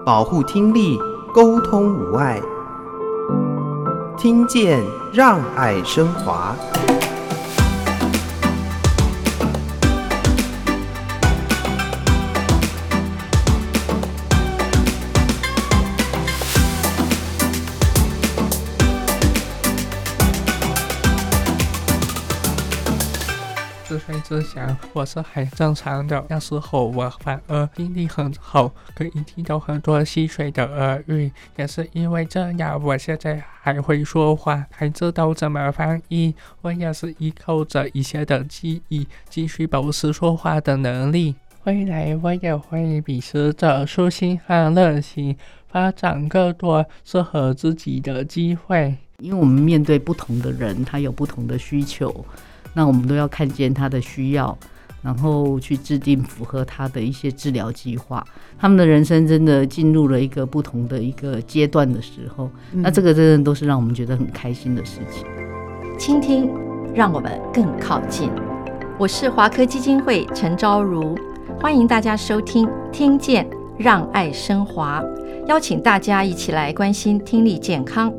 保护听力，沟通无碍，听见让爱声华。 自睡之前我是很正常的，那时候我反而听力很好，可以听到很多细碎的耳语，也是因为这样我现在还会说话，还知道怎么翻译。我也是依靠着一些的记忆继续保持说话的能力。未来我也会秉持着初心和热情，发展更多适合自己的机会。 因为我们面对不同的人，他有不同的需求，那我们都要看见他的需要，然后去制定符合他的一些治疗计划。他们的人生真的进入了一个不同的一个阶段的时候，那这个真的都是让我们觉得很开心的事情。 倾听让我们更靠近。我是华科基金会陈昭如，欢迎大家收听听见让爱声华，邀请大家一起来关心听力健康。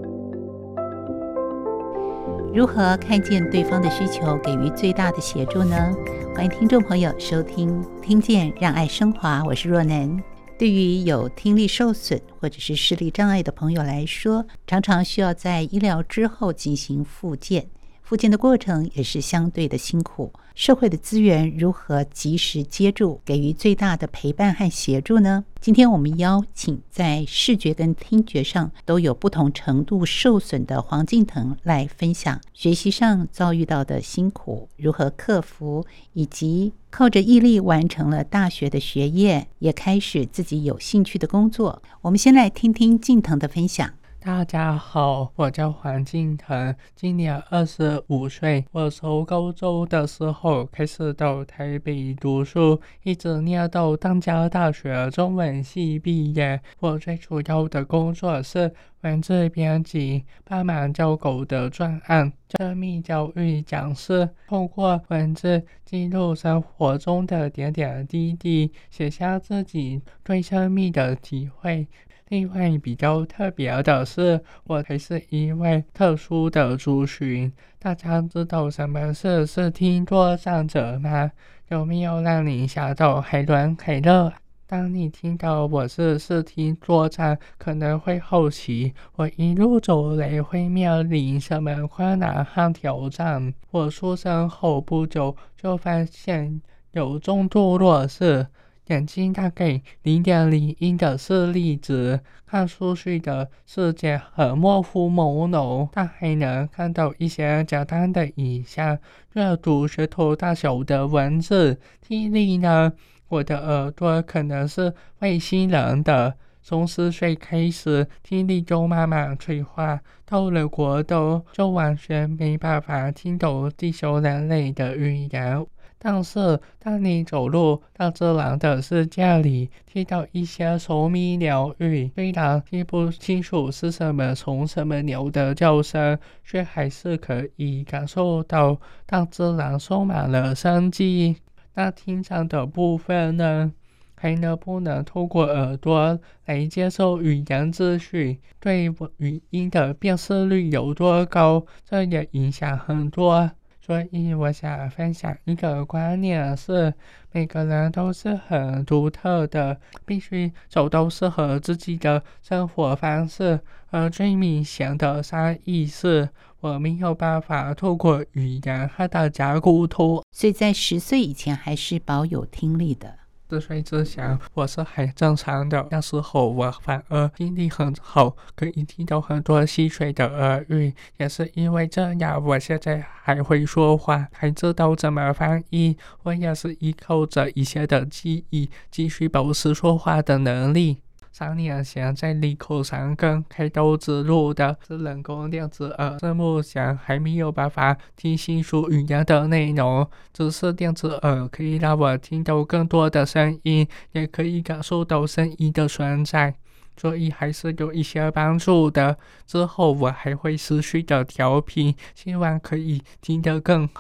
如何看见对方的需求，给予最大的协助呢？欢迎听众朋友收听听见让爱声华，我是若楠。对于有听力受损或者是视力障碍的朋友来说，常常需要在医疗之后进行复健，复健的过程也是相对的辛苦。社会的资源如何及时接住，给予最大的陪伴和协助呢？今天我们邀请在视觉跟听觉上都有不同程度受损的黄敬腾来分享学习上遭遇到的辛苦，如何克服，以及靠着毅力完成了大学的学业，也开始自己有兴趣的工作。我们先来听听敬腾的分享。 大家好，我叫黄敬腾，今年25岁。我从高中的时候开始到台北读书，一直念到淡江大学中文系毕业。我最主要的工作是文字编辑、帮忙教狗的专案、生命教育讲师，通过文字记录生活中的点点滴滴，写下自己对生命的体会。另外比较特别的是，我还是一位特殊的族群。大家知道什么是视听作障者吗？有没有让你想到海伦凯勒？当你听到我是视听作障，可能会好奇我一路走来会面临什么困难和挑战。我出生后不久就发现有重度弱视，眼睛大概0.01的视力值，看出去的世界很模糊朦胧，但还能看到一些简单的影像，阅读舌头大小的文字。听力呢？我的耳朵可能是外星人的，从4岁开始，听力就慢慢退化，到了国中就完全没办法听懂地球人类的语言。但是当你走入大自然的世界里，听到一些虫鸣鸟语，虽然听不清楚是什么虫什么鸟的叫声，却还是可以感受到大自然充满了生机。那听障的部分呢？还能不能透过耳朵来接受语言资讯，对语音的辨识率有多高，这也影响很多。所以我想分享一个观念是，每个人都是很独特的，必须找到适合自己的生活方式。而最明显的差异是，我没有办法透过语言和大家沟通， 所以在10岁以前还是保有听力的。 4岁之前我是很正常的，那时候我反而听力很好，可以听到很多细碎的耳语，也是因为这样我现在还会说话，还知道怎么翻译。我也是依靠着一些的记忆继续保持说话的能力。3年前在利口山根开刀植入的是人工电子耳，是目前还没有办法听清楚语言的内容，只是电子耳可以让我听到更多的声音，也可以感受到声音的存在，所以还是有一些帮助的。之后我还会持续的调频，希望可以听得更好。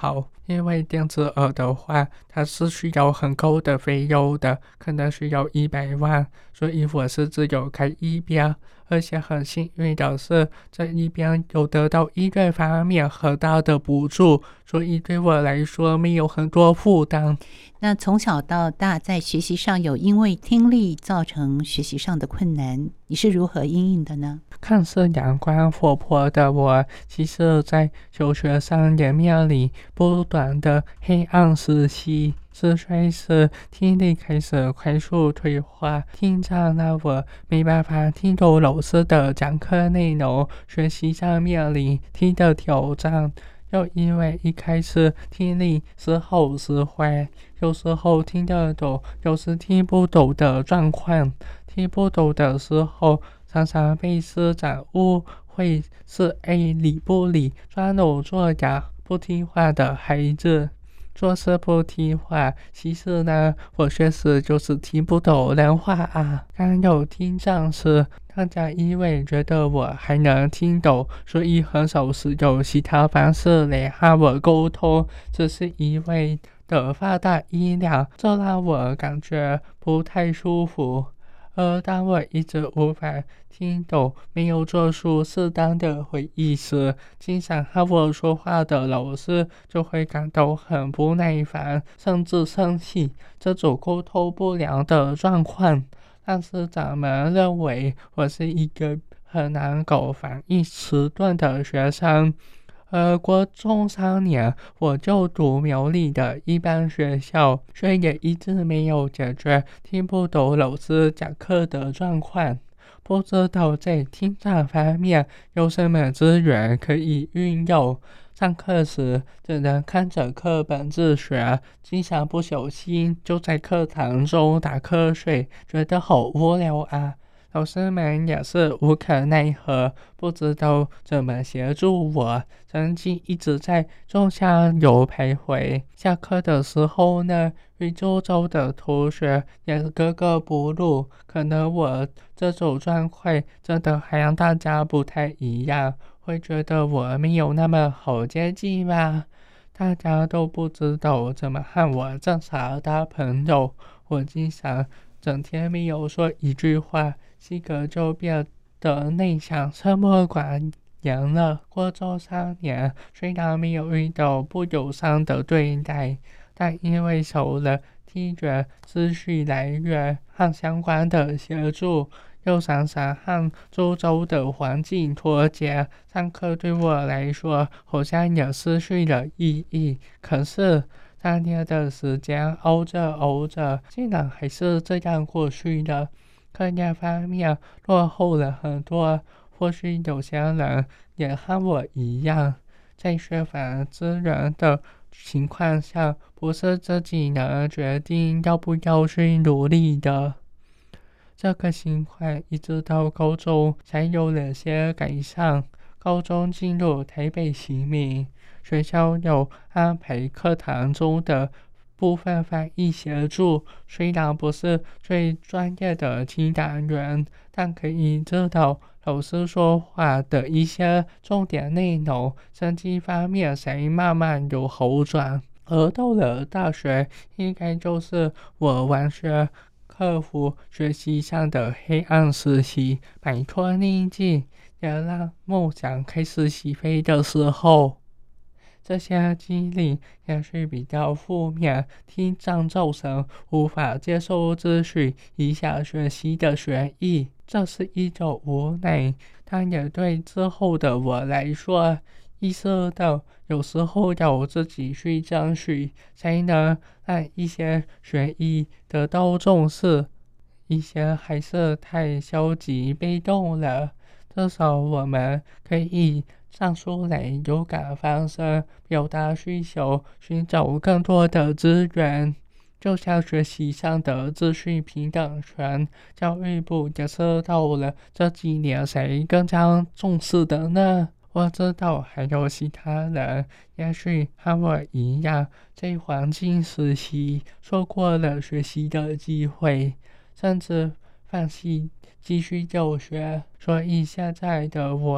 因为电子耳的话，它是需要很高的费用的，可能需要100万，所以我是只有开一边，而且很幸运的是，这一边有得到医院方面很大的补助，所以对我来说没有很多负担。 那从小到大在学习上有因为听力造成学习上的困难，你是如何因应的呢？ 看似阳光活泼的我，其实在求学上也面临不断的黑暗时期。4岁时听力开始快速退化，听障让我没办法听懂老师的讲课内容，学习上面临听的挑战。又因为一开始听力时好时坏，有时候听得懂，有时听不懂的状况。听不懂的时候，常常被师长误会是理不理、装聋作哑、不听话的孩子。做事不听话，其实呢，我确实就是听不懂人话啊。刚有听障时，大家因为觉得我还能听懂，所以很少使用其他方式来和我沟通，只是一味的放大音量，这让我感觉不太舒服。而当我一直无法听懂、没有做出适当的回应时，经常和我说话的老师就会感到很不耐烦，甚至生气。这种沟通不良的状况，让师长们认为我是一个很难搞反应迟钝的学生。国中3年，我就读苗栗的一般学校，却也一直没有解决听不懂老师讲课的状况。不知道在听障方面有什么资源可以运用。上课时只能看着课本自学，经常不小心就在课堂中打瞌睡，觉得好无聊啊。老师们也是无可奈何，不知道怎么协助我，成绩一直在中下游徘徊。下课的时候呢，与周遭的同学也格格不入，可能我这种状况真的还让大家不太一样，会觉得我没有那么好接近吧。大家都不知道怎么和我正常当朋友，我经常整天没有说一句话，性格就变得内向、沉默寡言了。国中3年，虽然没有遇到不友善的对待，但因为少了听觉资讯来源和相关的协助，又常常和周遭的环境脱节，上课对我来说好像也失去了意义。可是3年的时间熬着熬着，竟然还是这样过去了。课业方面落后了很多，或许有些人也和我一样，在缺乏资源的情况下，不是自己能决定要不要去努力的。这个情况一直到高中才有了些改善。高中进入台北行名，学校有安排课堂中的部分翻译协助，虽然不是最专业的听讲员，但可以知道老师说话的一些重点内容，成绩方面才慢慢有好转。而到了大学，应该就是我完全克服学习上的黑暗时期，摆脱宁静，也让梦想开始起飞的时候。这些经历也许比较负面，听障造成无法接受资讯，影响学习的学艺，这是一种无奈，但也对之后的我来说，意识到有时候要自己去争取，才能让一些学艺得到重视。一些还是太消极被动了，至少我们可以站出来，勇敢发声，表达需求，寻找更多的资源。就像学习上的资讯平等权，教育部也是到了这几年才更加重视的呢。我知道还有其他人，也许和我一样，在黄金时期错过了学习的机会，甚至放弃继续就学，所以现在的我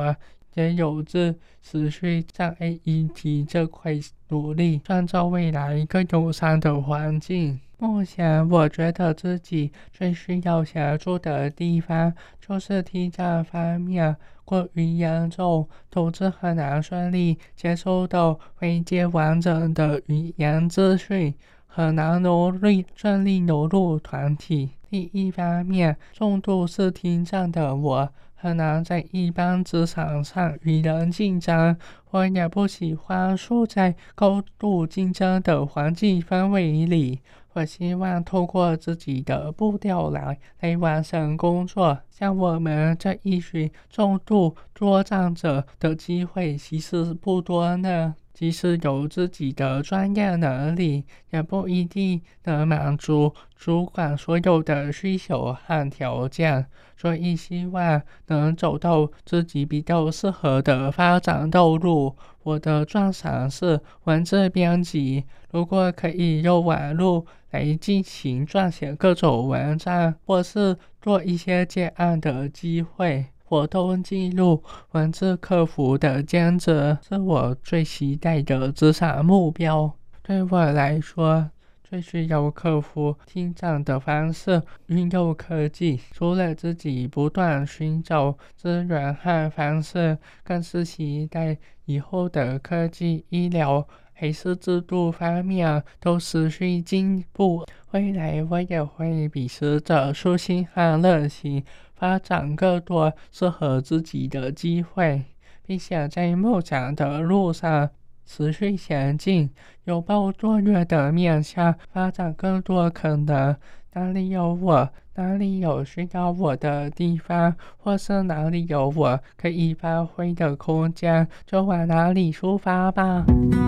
也有志持续障碍议题这块努力，创造未来更友善的环境。目前我觉得自己最需要协助的地方就是听障方面过于严重，导致很难顺利接收到非常完整的语言资讯，很难顺利融入团体。另一方面，重度视听障的我很难在一般职场上与人竞争，我也不喜欢处在高度竞争的环境氛围里。我希望透过自己的步调来完成工作。像我们这一群重度多障者的机会其实不多呢，即使有自己的专业能力，也不一定能满足主管所有的需求和条件，所以希望能找到自己比较适合的发展道路。我的专长是文字编辑，如果可以用网络来进行撰写各种文章，或是做一些接案的机会，活动记录、文字客服的兼职是我最期待的职场目标。对我来说，最需要克服听障的方式运用科技，除了自己不断寻找资源和方式，更是期待以后的科技、医疗还是制度方面都持续进步。未来我也会秉持着初心和热情，发展更多适合自己的机会，并且在梦想的路上持续前进，拥抱多元的面向，发展更多可能。哪里有我，哪里有需要我的地方，或是哪里有我可以发挥的空间，就往哪里出发吧。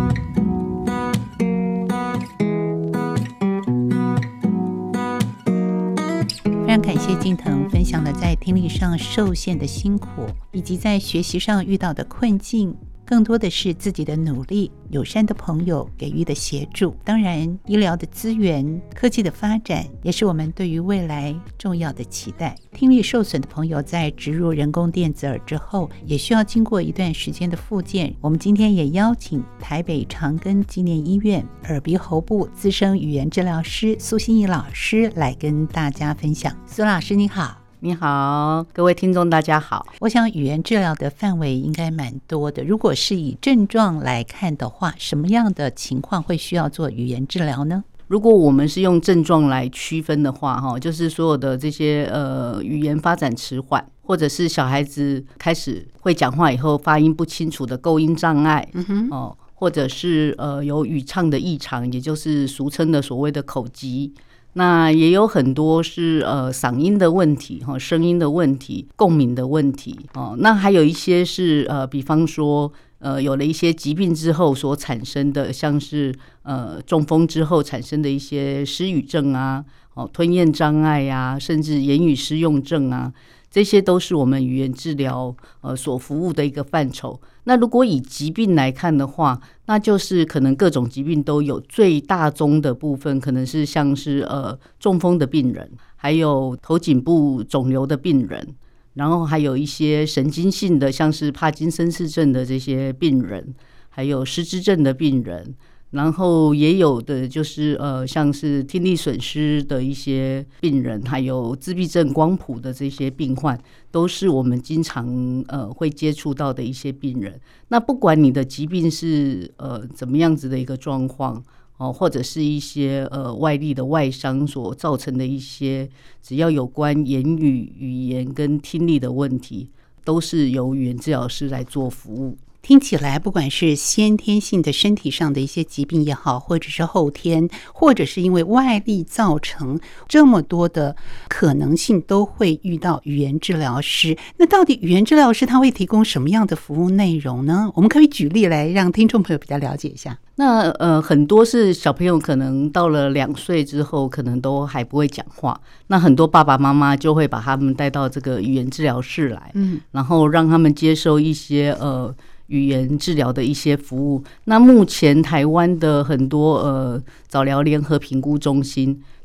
非常感谢敬腾分享了在听力上受限的辛苦，以及在学习上遇到的困境，更多的是自己的努力，友善的朋友给予的协助。当然，医疗的资源、科技的发展也是我们对于未来重要的期待。听力受损的朋友在植入人工电子耳之后，也需要经过一段时间的复健。我们今天也邀请台北长庚纪念医院耳鼻喉部资深语言治疗师苏心怡老师来跟大家分享。苏老师你好。 你好，各位听众大家好。 我想语言治疗的范围应该蛮多的，如果是以症状来看的话，什么样的情况会需要做语言治疗呢？ 如果我们是用症状来区分的话，就是所有的这些语言发展迟缓，或者是小孩子开始会讲话以后发音不清楚的构音障碍，或者是有语唱的异常，也就是俗称的所谓的口疾。那也有很多是嗓音的问题，声音的问题，共鸣的问题。那还有一些是比方说有了一些疾病之后所产生的，像是中风之后产生的一些失语症啊，吞咽障碍啊，甚至言语失用症啊，这些都是我们语言治疗所服务的一个范畴。那如果以疾病来看的话，那就是可能各种疾病都有，最大宗的部分可能是像是中风的病人，还有头颈部肿瘤的病人，然后还有一些神经性的，像是帕金森氏症的这些病人，还有失智症的病人，然后也有的就是像是听力损失的一些病人，还有自闭症光谱的这些病患，都是我们经常会接触到的一些病人。那不管你的疾病是怎么样子的一个状况，或者是一些外力的外伤所造成的一些，只要有关言语、语言跟听力的问题，都是由语言治疗师来做服务。 听起来不管是先天性的身体上的一些疾病也好，或者是后天，或者是因为外力造成，这么多的可能性都会遇到语言治疗师。那到底语言治疗师他会提供什么样的服务内容呢？我们可以举例来让听众朋友比较了解一下。 那很多是小朋友可能到了2岁之后可能都还不会讲话，那很多爸爸妈妈就会把他们带到这个语言治疗室来，然后让他们接受一些语言治疗的一些服务。那目前台湾的很多早疗联合评估中心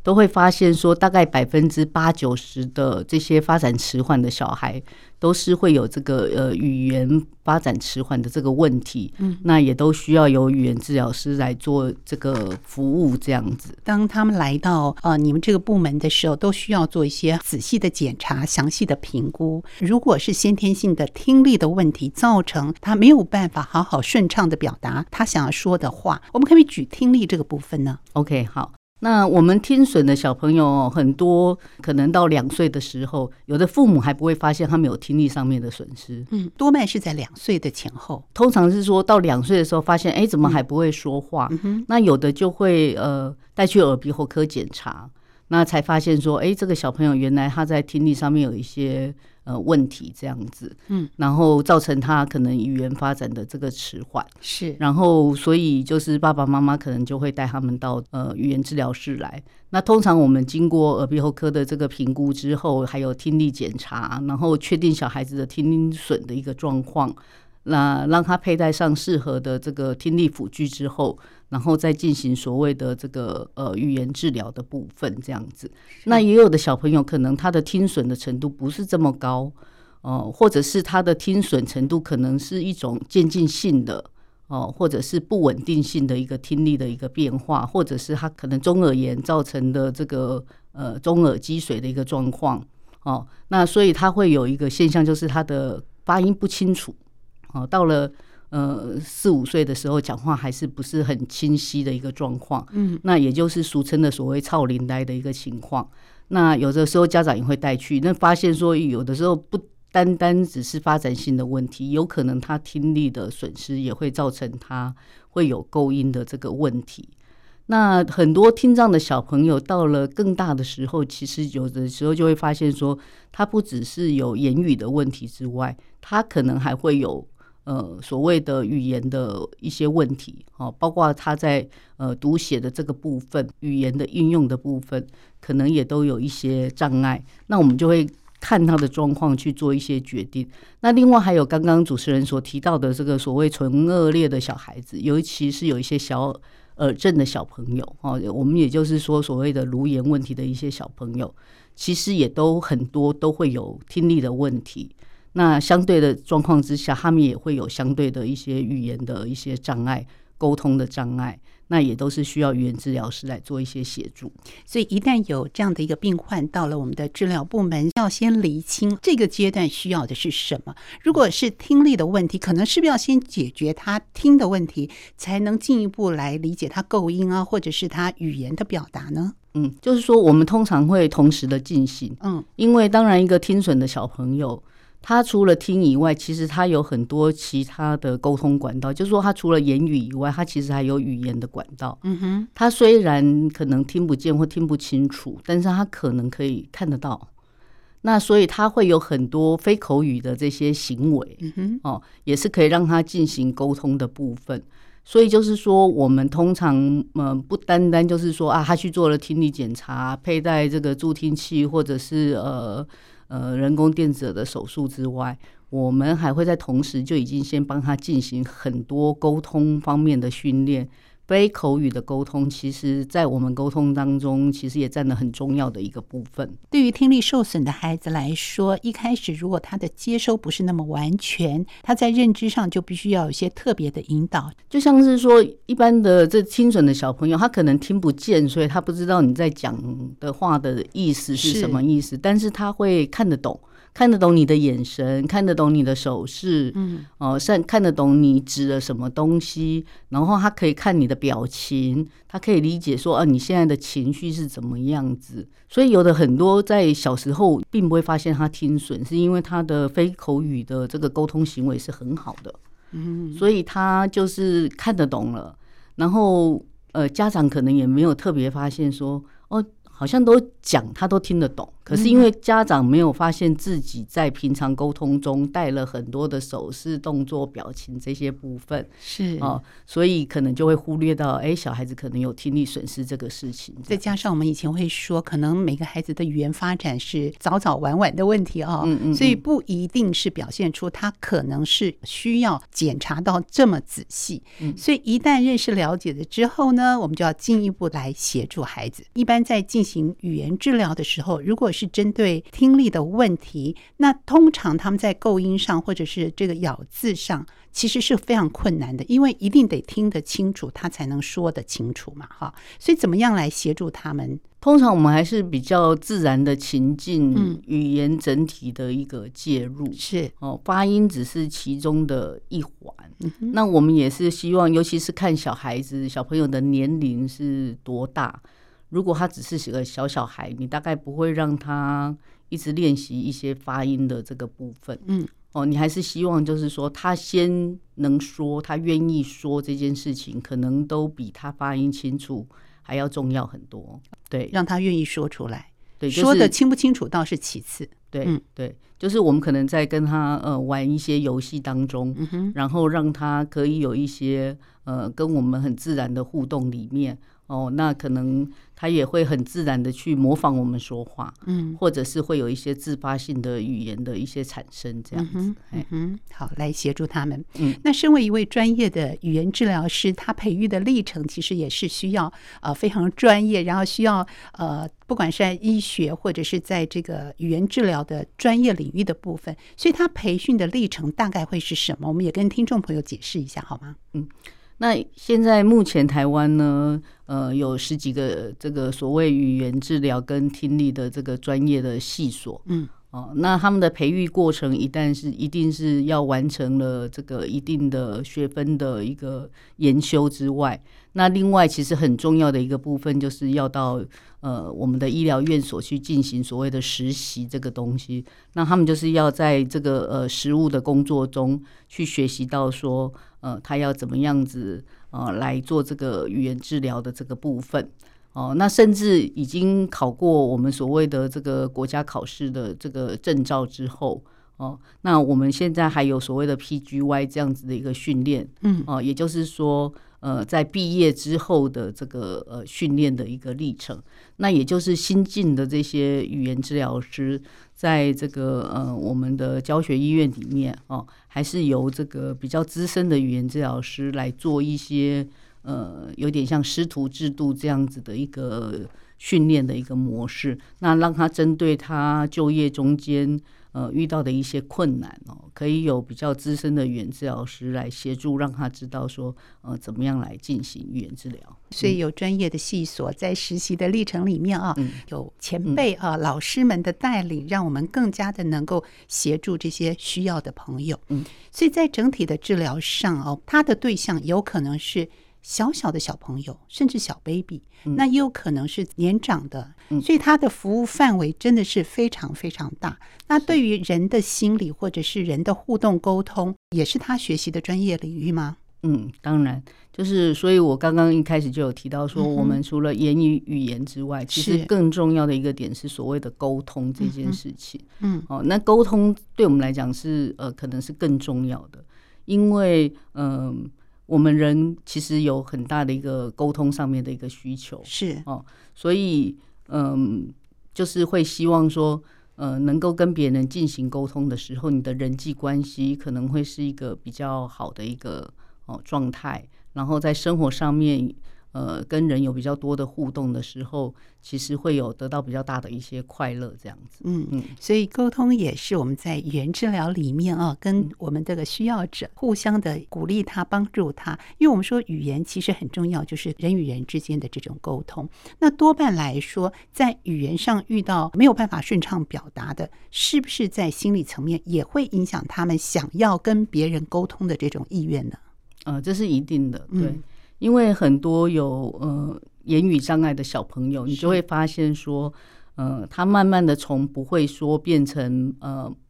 都会发现说，大概80%-90%的这些发展迟缓的小孩，都是会有这个语言发展迟缓的这个问题。那也都需要由语言治疗师来做这个服务，这样子。 当他们来到你们这个部门的时候，都需要做一些仔细的检查、详细的评估。如果是先天性的听力的问题，造成他没有办法好好顺畅的表达他想要说的话，我们可不可以举听力这个部分呢？ OK， 好。那我们听损的小朋友很多可能到2岁的时候，有的父母还不会发现他们有听力上面的损失。 多半是在2岁的前后。 通常是说到2岁的时候发现怎么还不会说话。那有的就会带去耳鼻喉科检查，那才发现说这个小朋友原来他在听力上面有一些问题这样子。然后造成他可能语言发展的这个迟缓。 是， 然后所以就是爸爸妈妈可能就会带他们到语言治疗室来。那通常我们经过耳鼻喉科的这个评估之后，还有听力检查，然后确定小孩子的听损的一个状况，那让他佩戴上适合的这个听力辅具之后，然后再进行所谓的这个语言治疗的部分这样子。那也有的小朋友可能他的听损的程度不是这么高，或者是他的听损程度可能是一种渐进性的，或者是不稳定性的一个听力的一个变化，或者是他可能中耳炎造成的这个中耳积水的一个状况。那所以他会有一个现象，就是他的发音不清楚。到了4-5岁的时候，讲话还是不是很清晰的一个状况。那也就是俗称的所谓臭奶呆的一个情况。那有的时候家长也会带去，那发现说有的时候不单单只是发展性的问题，有可能他听力的损失也会造成他会有构音的这个问题。那很多听障的小朋友到了更大的时候，其实有的时候就会发现说，他不只是有言语的问题之外，他可能还会有所谓的语言的一些问题，包括他在读写的这个部分，语言的运用的部分，可能也都有一些障碍。那我们就会看他的状况去做一些决定。那另外还有刚刚主持人所提到的这个所谓唇腭裂的小孩子，尤其是有一些小耳症的小朋友，我们也就是说所谓的颅炎问题的一些小朋友，其实也都很多都会有听力的问题。那相对的状况之下，他们也会有相对的一些语言的一些障碍、沟通的障碍，那也都是需要语言治疗师来做一些协助。 所以一旦有这样的一个病患到了我们的治疗部门，要先厘清这个阶段需要的是什么。如果是听力的问题，可能是不是要先解决他听的问题，才能进一步来理解他构音啊，或者是他语言的表达呢？ 就是说我们通常会同时的进行。因为当然一个听损的小朋友，他除了听以外，其实他有很多其他的沟通管道，就是说他除了言语以外，他其实还有语言的管道。他虽然可能听不见或听不清楚，但是他可能可以看得到。那所以他会有很多非口语的这些行为，也是可以让他进行沟通的部分。所以就是说，我们通常不单单就是说他去做了听力检查，佩戴这个助听器，或者是人工电子耳的手术之外，我们还会在同时就已经先帮他进行很多沟通方面的训练。非口语的沟通，其实在我们沟通当中，其实也占了很重要的一个部分。 对于听力受损的孩子来说，一开始如果他的接收不是那么完全，他在认知上就必须要有一些特别的引导。 就像是说，一般的这听损的小朋友，他可能听不见，所以他不知道你在讲的话的意思是什么意思，但是他会看得懂。看得懂你的眼神，看得懂你的手势，看得懂你指了什么东西，然后他可以看你的表情，他可以理解说你现在的情绪是怎么样子。所以有的很多在小时候并不会发现他听损，是因为他的非口语的这个沟通行为是很好的，所以他就是看得懂了，然后家长可能也没有特别发现说好像都讲他都听得懂， 可是因为家长没有发现自己在平常沟通中带了很多的手势、动作、表情这些部分， 是所以可能就会忽略到，小孩子可能有听力损失这个事情。 再加上我们以前会说，可能每个孩子的语言发展是早早晚晚的问题所以不一定是表现出他可能是需要检查到这么仔细。所以一旦认识了解了之后呢，我们就要进一步来协助孩子。一般在进行语言治疗的时候，如果是针对听力的问题，那通常他们在构音上或者是这个咬字上其实是非常困难的，因为一定得听得清楚他才能说得清楚嘛所以怎么样来协助他们？ 通常我们还是比较自然的情境，语言整体的一个介入， 是发音只是其中的一环。那我们也是希望，尤其是看小朋友的年龄是多大。如果他只是个小孩，你大概不会让他一直练习一些发音的这个部分。你还是希望就是说他先能说，他愿意说这件事情，可能都比他发音清楚还要重要很多。对， 让他愿意说出来。 对，就是说的清不清楚倒是其次。 对对，就是我们可能在跟他玩一些游戏当中，然后让他可以有一些跟我们很自然的互动里面。那可能他也会很自然的去模仿我们说话，或者是会有一些自发性的语言的一些产生，这样子。 好，来协助他们。那身为一位专业的语言治疗师，他培育的历程其实也是需要非常专业，然后需要不管是在医学或者是在这个语言治疗的专业领域的部分，所以他培训的历程大概会是什么？我们也跟听众朋友解释一下好吗？ 那现在目前台湾呢，有10几个这个所谓语言治疗跟听力的这个专业的系所，那他们的培育过程一定是要完成了这个一定的学分的一个研修之外，那另外其实很重要的一个部分就是要到我们的医疗院所去进行所谓的实习这个东西，那他们就是要在这个实务的工作中去学习到说他要怎么样子来做这个语言治疗的这个部分。那甚至已经考过我们所谓的这个国家考试的这个证照之后，那我们现在还有所谓的 PGY 这样子的一个训练，也就是说在毕业之后的这个训练的一个历程，那也就是新进的这些语言治疗师在这个我们的教学医院里面还是由这个比较资深的语言治疗师来做一些有点像师徒制度这样子的一个训练的一个模式，那让他针对他就业中间遇到的一些困难可以有比较资深的语言治疗师来协助，让他知道说怎么样来进行语言治疗。 所以有专业的系所在实习的历程里面有前辈老师们的带领，让我们更加的能够协助这些需要的朋友。所以在整体的治疗上他的对象有可能是小小的小朋友，甚至小 baby，那也有可能是年长的，所以他的服务范围真的是非常非常大。那对于人的心理或者是人的互动沟通，也是他学习的专业领域吗？ 当然，就是所以我刚刚一开始就有提到说，我们除了言语语言之外，其实更重要的一个点是所谓的沟通这件事情。那沟通对我们来讲是可能是更重要的，因为我们人其实有很大的一个沟通上面的一个需求，所以就是会希望说能够跟别人进行沟通的时候，你的人际关系可能会是一个比较好的一个状态，然后在生活上面跟人有比较多的互动的时候，其实会有得到比较大的一些快乐这样子。 所以沟通也是我们在语言治疗里面跟我们这个需要者互相的鼓励他，帮助他。因为我们说语言其实很重要，就是人与人之间的这种沟通。那多半来说，在语言上遇到没有办法顺畅表达的，是不是在心理层面也会影响他们想要跟别人沟通的这种意愿呢？ 这是一定的，对。因为很多有言语障碍的小朋友，你就会发现说他慢慢的从不会说变成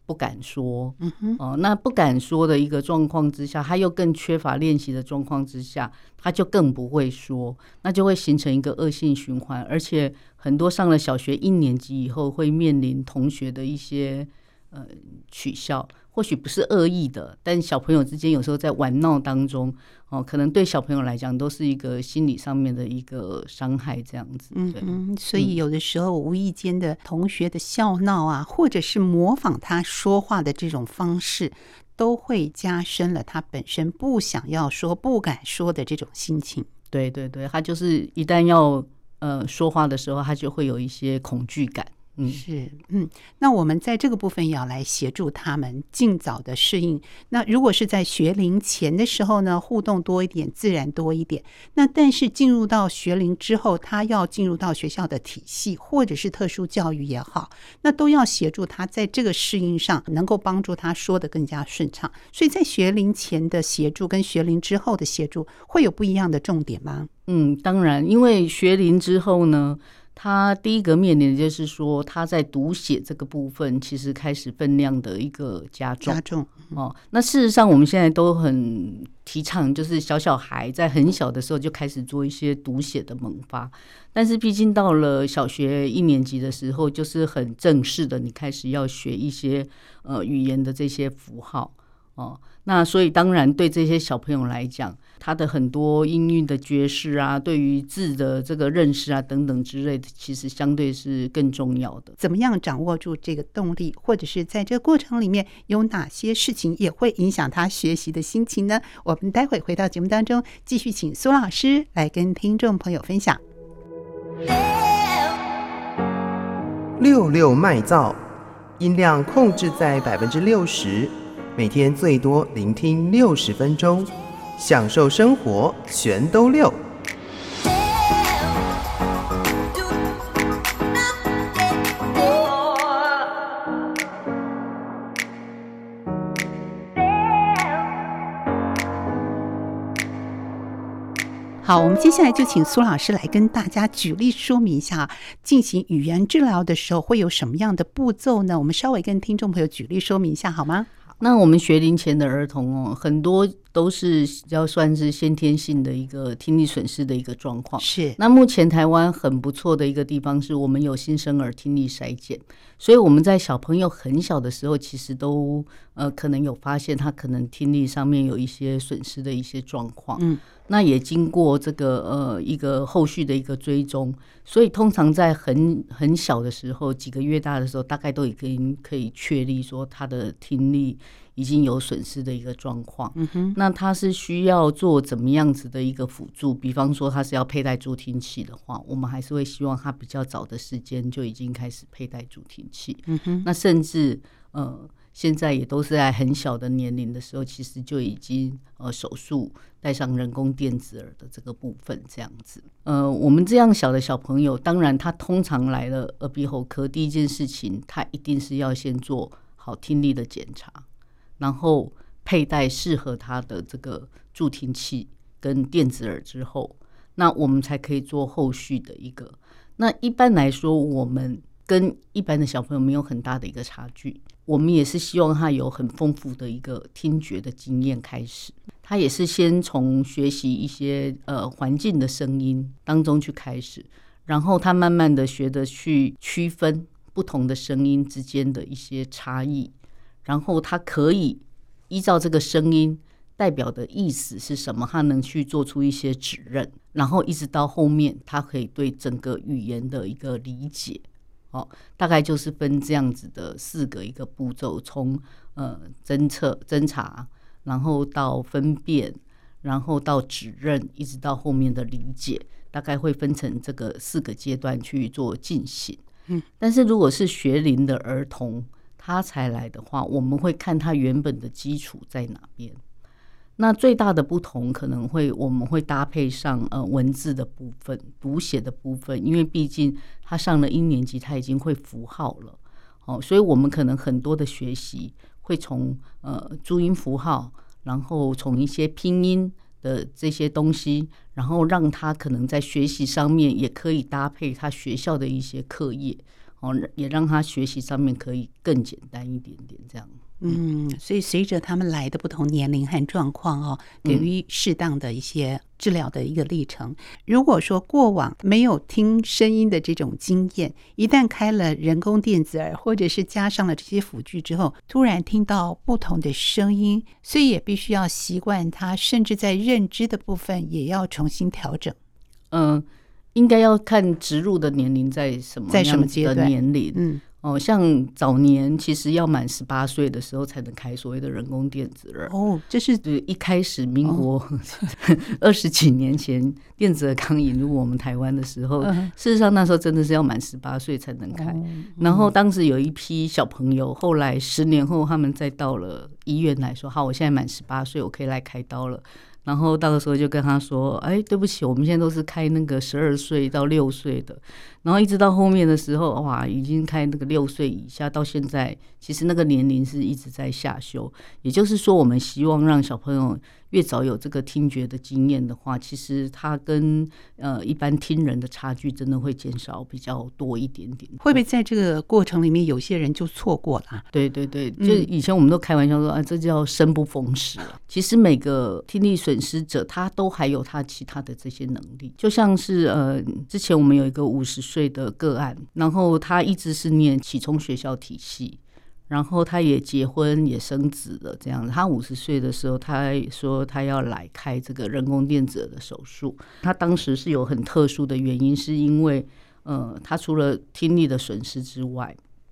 不敢说，那不敢说的一个状况之下，他又更缺乏练习的状况之下，他就更不会说，那就会形成一个恶性循环。而且很多上了小学1年级以后，会面临同学的一些取笑，或许不是恶意的，但小朋友之间有时候在玩闹当中，可能对小朋友来讲都是一个心理上面的一个伤害，这样子。 所以有的时候无意间的同学的笑闹啊，或者是模仿他说话的这种方式，都会加深了他本身不想要说、不敢说的这种心情。 对对对，他就是一旦要说话的时候，他就会有一些恐惧感。 是，那我们在这个部分也要来协助他们尽早的适应。那如果是在学龄前的时候呢，互动多一点，自然多一点。那但是进入到学龄之后，他要进入到学校的体系，或者是特殊教育也好，那都要协助他在这个适应上，能够帮助他说得更加顺畅。所以在学龄前的协助跟学龄之后的协助会有不一样的重点吗？ 当然，因为学龄之后呢，他第一个面临的就是说，他在读写这个部分其实开始分量的一个加重。那事实上我们现在都很提倡，就是小孩在很小的时候就开始做一些读写的萌发，但是毕竟到了小学1年级的时候，就是很正式的，你开始要学一些语言的这些符号。那所以当然对这些小朋友来讲，他的很多音韵的爵士啊，对于字的这个认识啊等等之类的，其实相对是更重要的。 怎么样掌握住这个动力，或者是在这个过程里面有哪些事情也会影响他学习的心情呢？我们待会回到节目当中，继续请苏老师来跟听众朋友分享。 66麦噪，音量控制在60%，每天最多聆听60分钟，享受生活，全都6。 好，我们接下来就请苏老师来跟大家举例说明一下，进行语言治疗的时候会有什么样的步骤呢？我们稍微跟听众朋友举例说明一下好吗？ 那我们学龄前的儿童很多都是要算是先天性的一个听力损失的一个状况。 是。 那目前台湾很不错的一个地方是我们有新生儿听力筛检，所以我们在小朋友很小的时候，其实都可能有发现他可能听力上面有一些损失的一些状况。那也经过这个一个后续的一个追踪，所以通常在很小的时候，几个月大的时候，大概都已经可以确立说他的听力已经有损失的一个状况。那他是需要做怎么样子的一个辅助？比方说他是要佩戴助听器的话，我们还是会希望他比较早的时间就已经开始佩戴助听器。那甚至现在也都是在很小的年龄的时候，其实就已经手术戴上人工电子耳的这个部分这样子。我们这样小的小朋友，当然他通常来了耳鼻喉科，第一件事情他一定是要先做好听力的检查，然后佩戴适合他的这个助听器跟电子耳之后，那我们才可以做后续的一个。那一般来说，我们跟一般的小朋友没有很大的一个差距，我们也是希望他有很丰富的一个听觉的经验开始，他也是先从学习一些环境的声音当中去开始，然后他慢慢的学着去区分不同的声音之间的一些差异，然后他可以依照这个声音代表的意思是什么，他能去做出一些指认，然后一直到后面他可以对整个语言的一个理解。大概就是分这样子的4个一个步骤，从侦查，然后到分辨，然后到指认，一直到后面的理解，大概会分成这个4个阶段去做进行。但是如果是学龄的儿童他才来的话，我们会看他原本的基础在哪边。那最大的不同可能我们会搭配上文字的部分、读写的部分，因为毕竟他上了1年级，他已经会符号了，所以我们可能很多的学习会从注音符号，然后从一些拼音的这些东西，然后让他可能在学习上面也可以搭配他学校的一些课业， 也让他学习上面可以更简单一点点这样。 所以随着他们来的不同年龄和状况给予适当的一些治疗的一个历程。如果说过往没有听声音的这种经验，一旦开了人工电子耳，或者是加上了这些辅具之后，突然听到不同的声音，所以也必须要习惯它，甚至在认知的部分也要重新调整。 应该要看植入的年龄在什么样子的年龄。像早年其实要满18岁的时候才能开所谓的人工电子耳。 这是一开始民国20几年前电子耳刚引入我们台湾的时候，事实上那时候真的是要满18岁才能开。然后当时有一批小朋友，后来10年后他们再到了医院来说，好，我现在满18岁，我可以来开刀了。然后到的时候就跟他说，对不起，我们现在都是开那个12岁到6岁的，然后一直到后面的时候，哇，已经开那个6岁以下，到现在其实那个年龄是一直在下修。也就是说，我们希望让小朋友越早有这个听觉的经验的话，其实他跟一般听人的差距真的会减少比较多一点点。 会不会在这个过程里面有些人就错过了？ 对对对，就以前我们都开玩笑说这叫生不逢时啊。其实每个听力损失者他都还有他其他的这些能力，就像是之前我们有一个50岁的个案，然后他一直是念启聪学校体系，然后他也结婚也生子了这样子。他50岁的时候他说他要来开这个人工电子耳的手术。他当时是有很特殊的原因，是因为他除了听力的损失之外，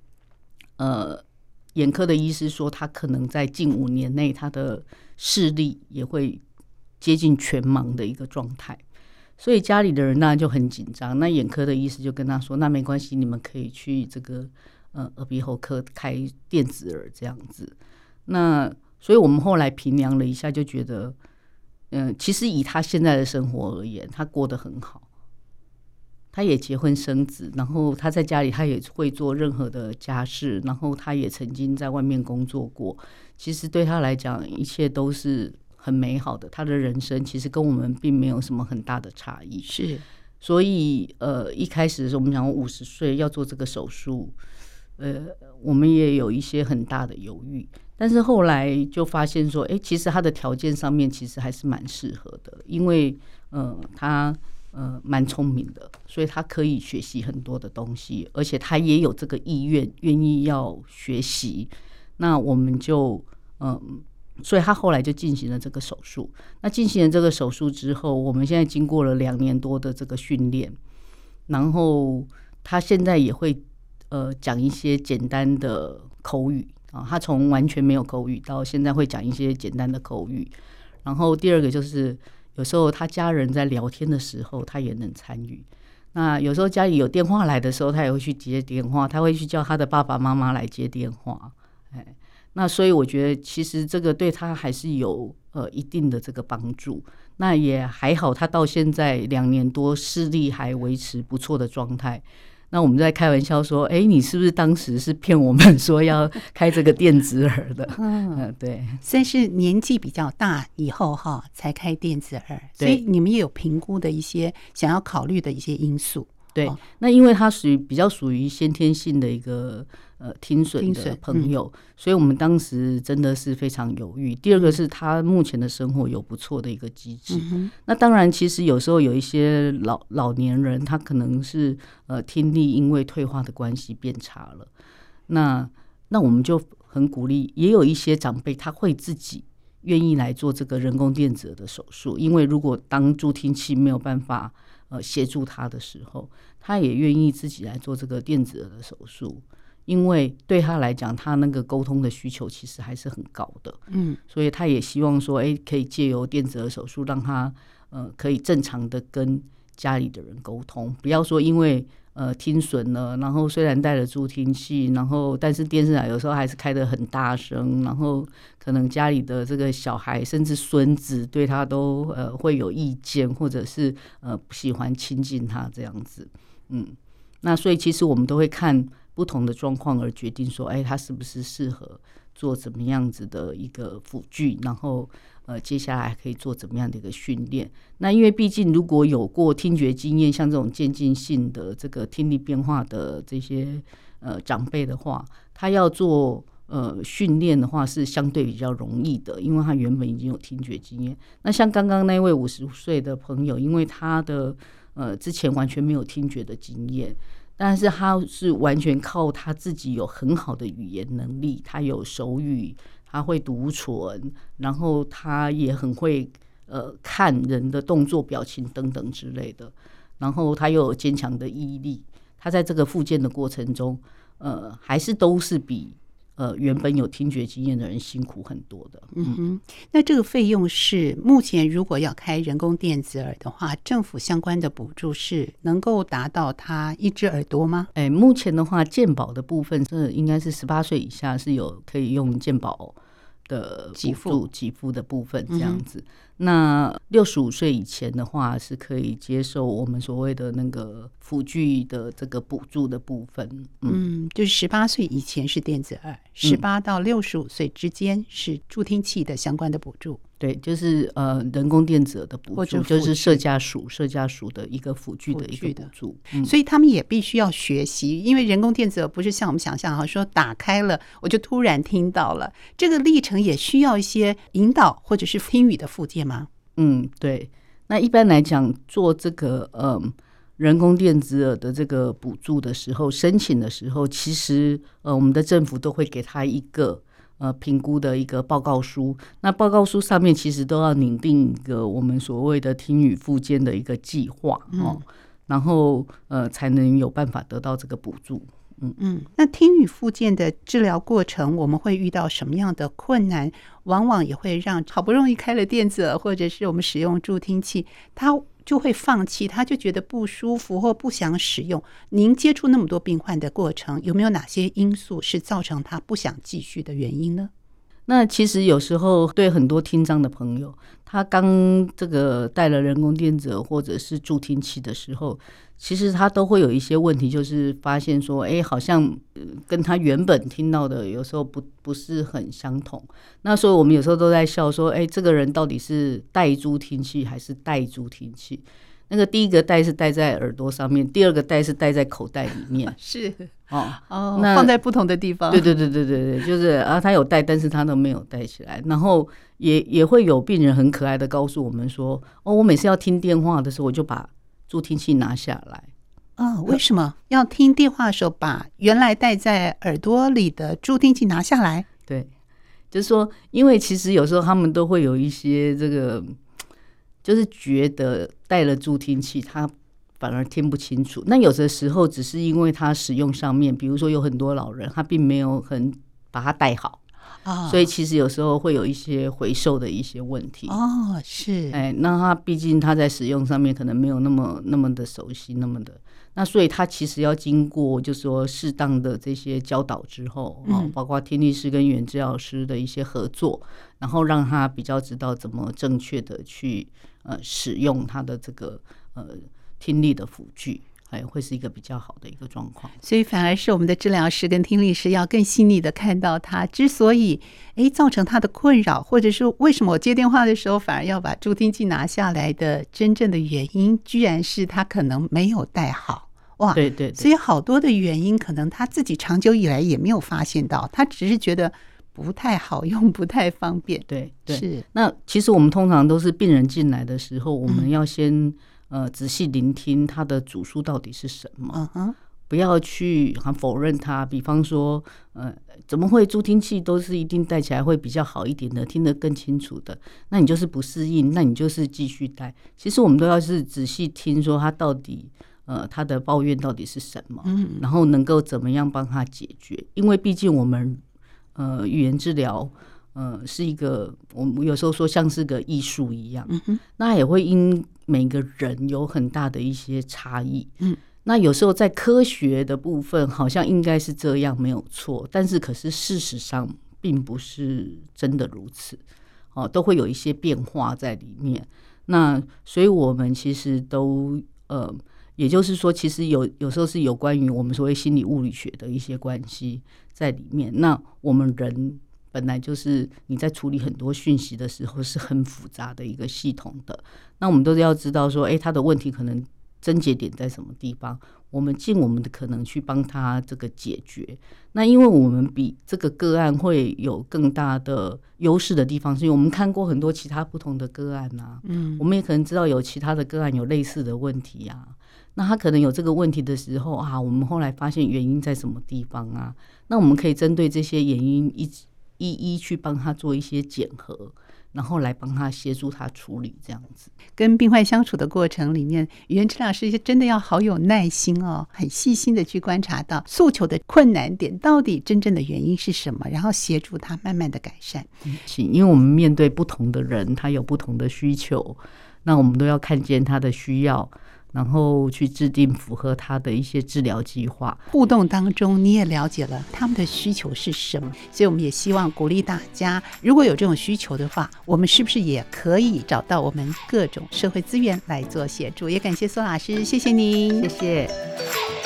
眼科的医师说他可能在近5年内他的视力也会接近全盲的一个状态。所以家里的人当然就很紧张，那眼科的医师就跟他说，那没关系，你们可以去这个耳鼻喉科开电子耳这样子。那所以我们后来评量了一下，就觉得其实以他现在的生活而言，他过得很好，他也结婚生子，然后他在家里他也会做任何的家事，然后他也曾经在外面工作过。其实对他来讲一切都是很美好的，他的人生其实跟我们并没有什么很大的差异。 是， 所以一开始的时候我们讲50岁要做这个手术，我们也有一些很大的犹豫，但是后来就发现说其实他的条件上面其实还是蛮适合的，因为他蛮聪明的，所以他可以学习很多的东西，而且他也有这个意愿愿意要学习。那我们就所以他后来就进行了这个手术。那进行了这个手术之后，我们现在经过了2年多的这个训练，然后他现在也会讲一些简单的口语啊，他从完全没有口语到现在会讲一些简单的口语。然后第二个就是有时候他家人在聊天的时候他也能参与。那有时候家里有电话来的时候，他也会去接电话，他会去叫他的爸爸妈妈来接电话。那所以我觉得其实这个对他还是有一定的这个帮助。那也还好，他到现在2年多视力还维持不错的状态。那我们在开玩笑说，你是不是当时是骗我们说要开这个电子耳的？对， 但是年纪比较大以后才开电子耳，所以你们也有评估的一些想要考虑的一些因素。 对，那因为他比较属于先天性的一个听损的朋友，所以我们当时真的是非常犹豫。第二个是他目前的生活有不错的一个机制。那当然其实有时候有一些老年人他可能是听力因为退化的关系变差了，那我们就很鼓励，也有一些长辈他会自己愿意来做这个人工电子耳的手术，因为如果当助听器没有办法协助他的时候，他也愿意自己来做这个电子耳的手术，因为对他来讲他那个沟通的需求其实还是很高的。所以他也希望说可以借由电子耳手术让他可以正常的跟家里的人沟通，不要说因为听损了，然后虽然带了助听器，然后但是电视台有时候还是开得很大声，然后可能家里的这个小孩甚至孙子对他都会有意见，或者是不喜欢亲近他这样子。那所以其实我们都会看不同的状况而决定说，他是不是适合做怎么样子的一个辅具，然后接下来可以做怎么样的一个训练。那因为毕竟如果有过听觉经验，像这种渐进性的这个听力变化的这些长辈的话，他要做训练的话是相对比较容易的，因为他原本已经有听觉经验。那像刚刚那位50岁的朋友，因为他的之前完全没有听觉的经验，但是他是完全靠他自己有很好的语言能力，他有手语，他会读唇，然后他也很会看人的动作表情等等之类的，然后他又有坚强的毅力，他在这个复健的过程中还是都是比原本有听觉经验的人辛苦很多的。 那这个费用是目前如果要开人工电子耳的话，政府相关的补助是能够达到他一只耳朵吗？ 目前的话，健保的部分这应该是18岁以下是有可以用健保的补助给付的部分这样子。那65岁以前的话是可以接受我们所谓的那个辅具的这个补助的部分。 就是18岁以前是电子耳，18到65岁之间是助听器的相关的补助。 对，就是人工电子耳的补助，就是社家署的一个辅具的一个补助。 所以他们也必须要学习，因为人工电子耳不是像我们想象说打开了我就突然听到了，这个历程也需要一些引导或者是听语的复健吗？ 对。那一般来讲，做这个人工电子耳的这个补助的时候，申请的时候，其实我们的政府都会给他一个评估的一个报告书。那报告书上面其实都要拟定一个我们所谓的听语复健的一个计划然后才能有办法得到这个补助。 那听语复健的治疗过程我们会遇到什么样的困难？往往也会让好不容易开了电子耳或者是我们使用助听器，他就会放弃，他就觉得不舒服或不想使用。您接触那么多病患的过程，有没有哪些因素是造成他不想继续的原因呢？ 那其实有时候对很多听障的朋友，他刚这个带了人工电子耳或者是助听器的时候，其实他都会有一些问题，就是发现说好像跟他原本听到的有时候不是很相同。那所以我们有时候都在笑说这个人到底是戴助听器还是戴助听器。那个第一个戴是戴在耳朵上面，第二个戴是戴在口袋里面是那放在不同的地方。 对，就是他有戴，但是他都没有戴起来。然后也会有病人很可爱的告诉我们说我每次要听电话的时候，我就把助听器拿下来。 为什么要听电话的时候把原来戴在耳朵里的助听器拿下来？ 对，就是说因为其实有时候他们都会有一些这个就是觉得戴了助听器他反而听不清楚。那有的时候只是因为他使用上面，比如说有很多老人他并没有很把它戴好所以其实有时候会有一些回收的一些问题。 是那他毕竟他在使用上面可能没有那么的熟悉，那所以他其实要经过就是说适当的这些教导之后包括听力师跟语言治疗师的一些合作，然后让他比较知道怎么正确的去使用他的这个听力的辅具，会是一个比较好的一个状况。 所以反而是我们的治疗师跟听力师要更细腻的看到他之所以造成他的困扰，或者是为什么我接电话的时候反而要把助听器拿下来的真正的原因，居然是他可能没有戴好。 对， 所以好多的原因可能他自己长久以来也没有发现到，他只是觉得不太好用，不太方便。 对， 是。 那其实我们通常都是病人进来的时候，我们要先仔细聆听他的主诉到底是什么，不要去否认他。比方说怎么会助听器都是一定戴起来会比较好一点的，听得更清楚的，那你就是不适应，那你就是继续戴。其实我们都要是仔细听说他到底他的抱怨到底是什么，然后能够怎么样帮他解决。因为毕竟我们语言治疗是一个，我们有时候说像是个艺术一样，那也会因每个人有很大的一些差异。那有时候在科学的部分好像应该是这样没有错，但是可是事实上并不是真的如此，都会有一些变化在里面。那所以我们其实都也就是说，其实有时候是有关于我们所谓心理物理学的一些关系在里面。那我们人本来就是你在处理很多讯息的时候是很复杂的一个系统的，那我们都是要知道说，他的问题可能症结点在什么地方，我们尽我们的可能去帮他这个解决。那因为我们比这个个案会有更大的优势的地方，是因为我们看过很多其他不同的个案啊，我们也可能知道有其他的个案有类似的问题啊。那他可能有这个问题的时候啊，我们后来发现原因在什么地方啊？那我们可以针对这些原因一一去帮他做一些检核，然后来帮他协助他处理这样子。 跟病患相处的过程里面，语言治疗师真的要好有耐心哦，很细心的去观察到诉求的困难点到底真正的原因是什么，然后协助他慢慢的改善。 因为我们面对不同的人，他有不同的需求，那我们都要看见他的需要，然后去制定符合他的一些治疗计划。 互动当中你也了解了他们的需求是什么，所以我们也希望鼓励大家，如果有这种需求的话，我们是不是也可以找到我们各种社会资源来做协助。也感谢苏老师，谢谢您。 谢谢。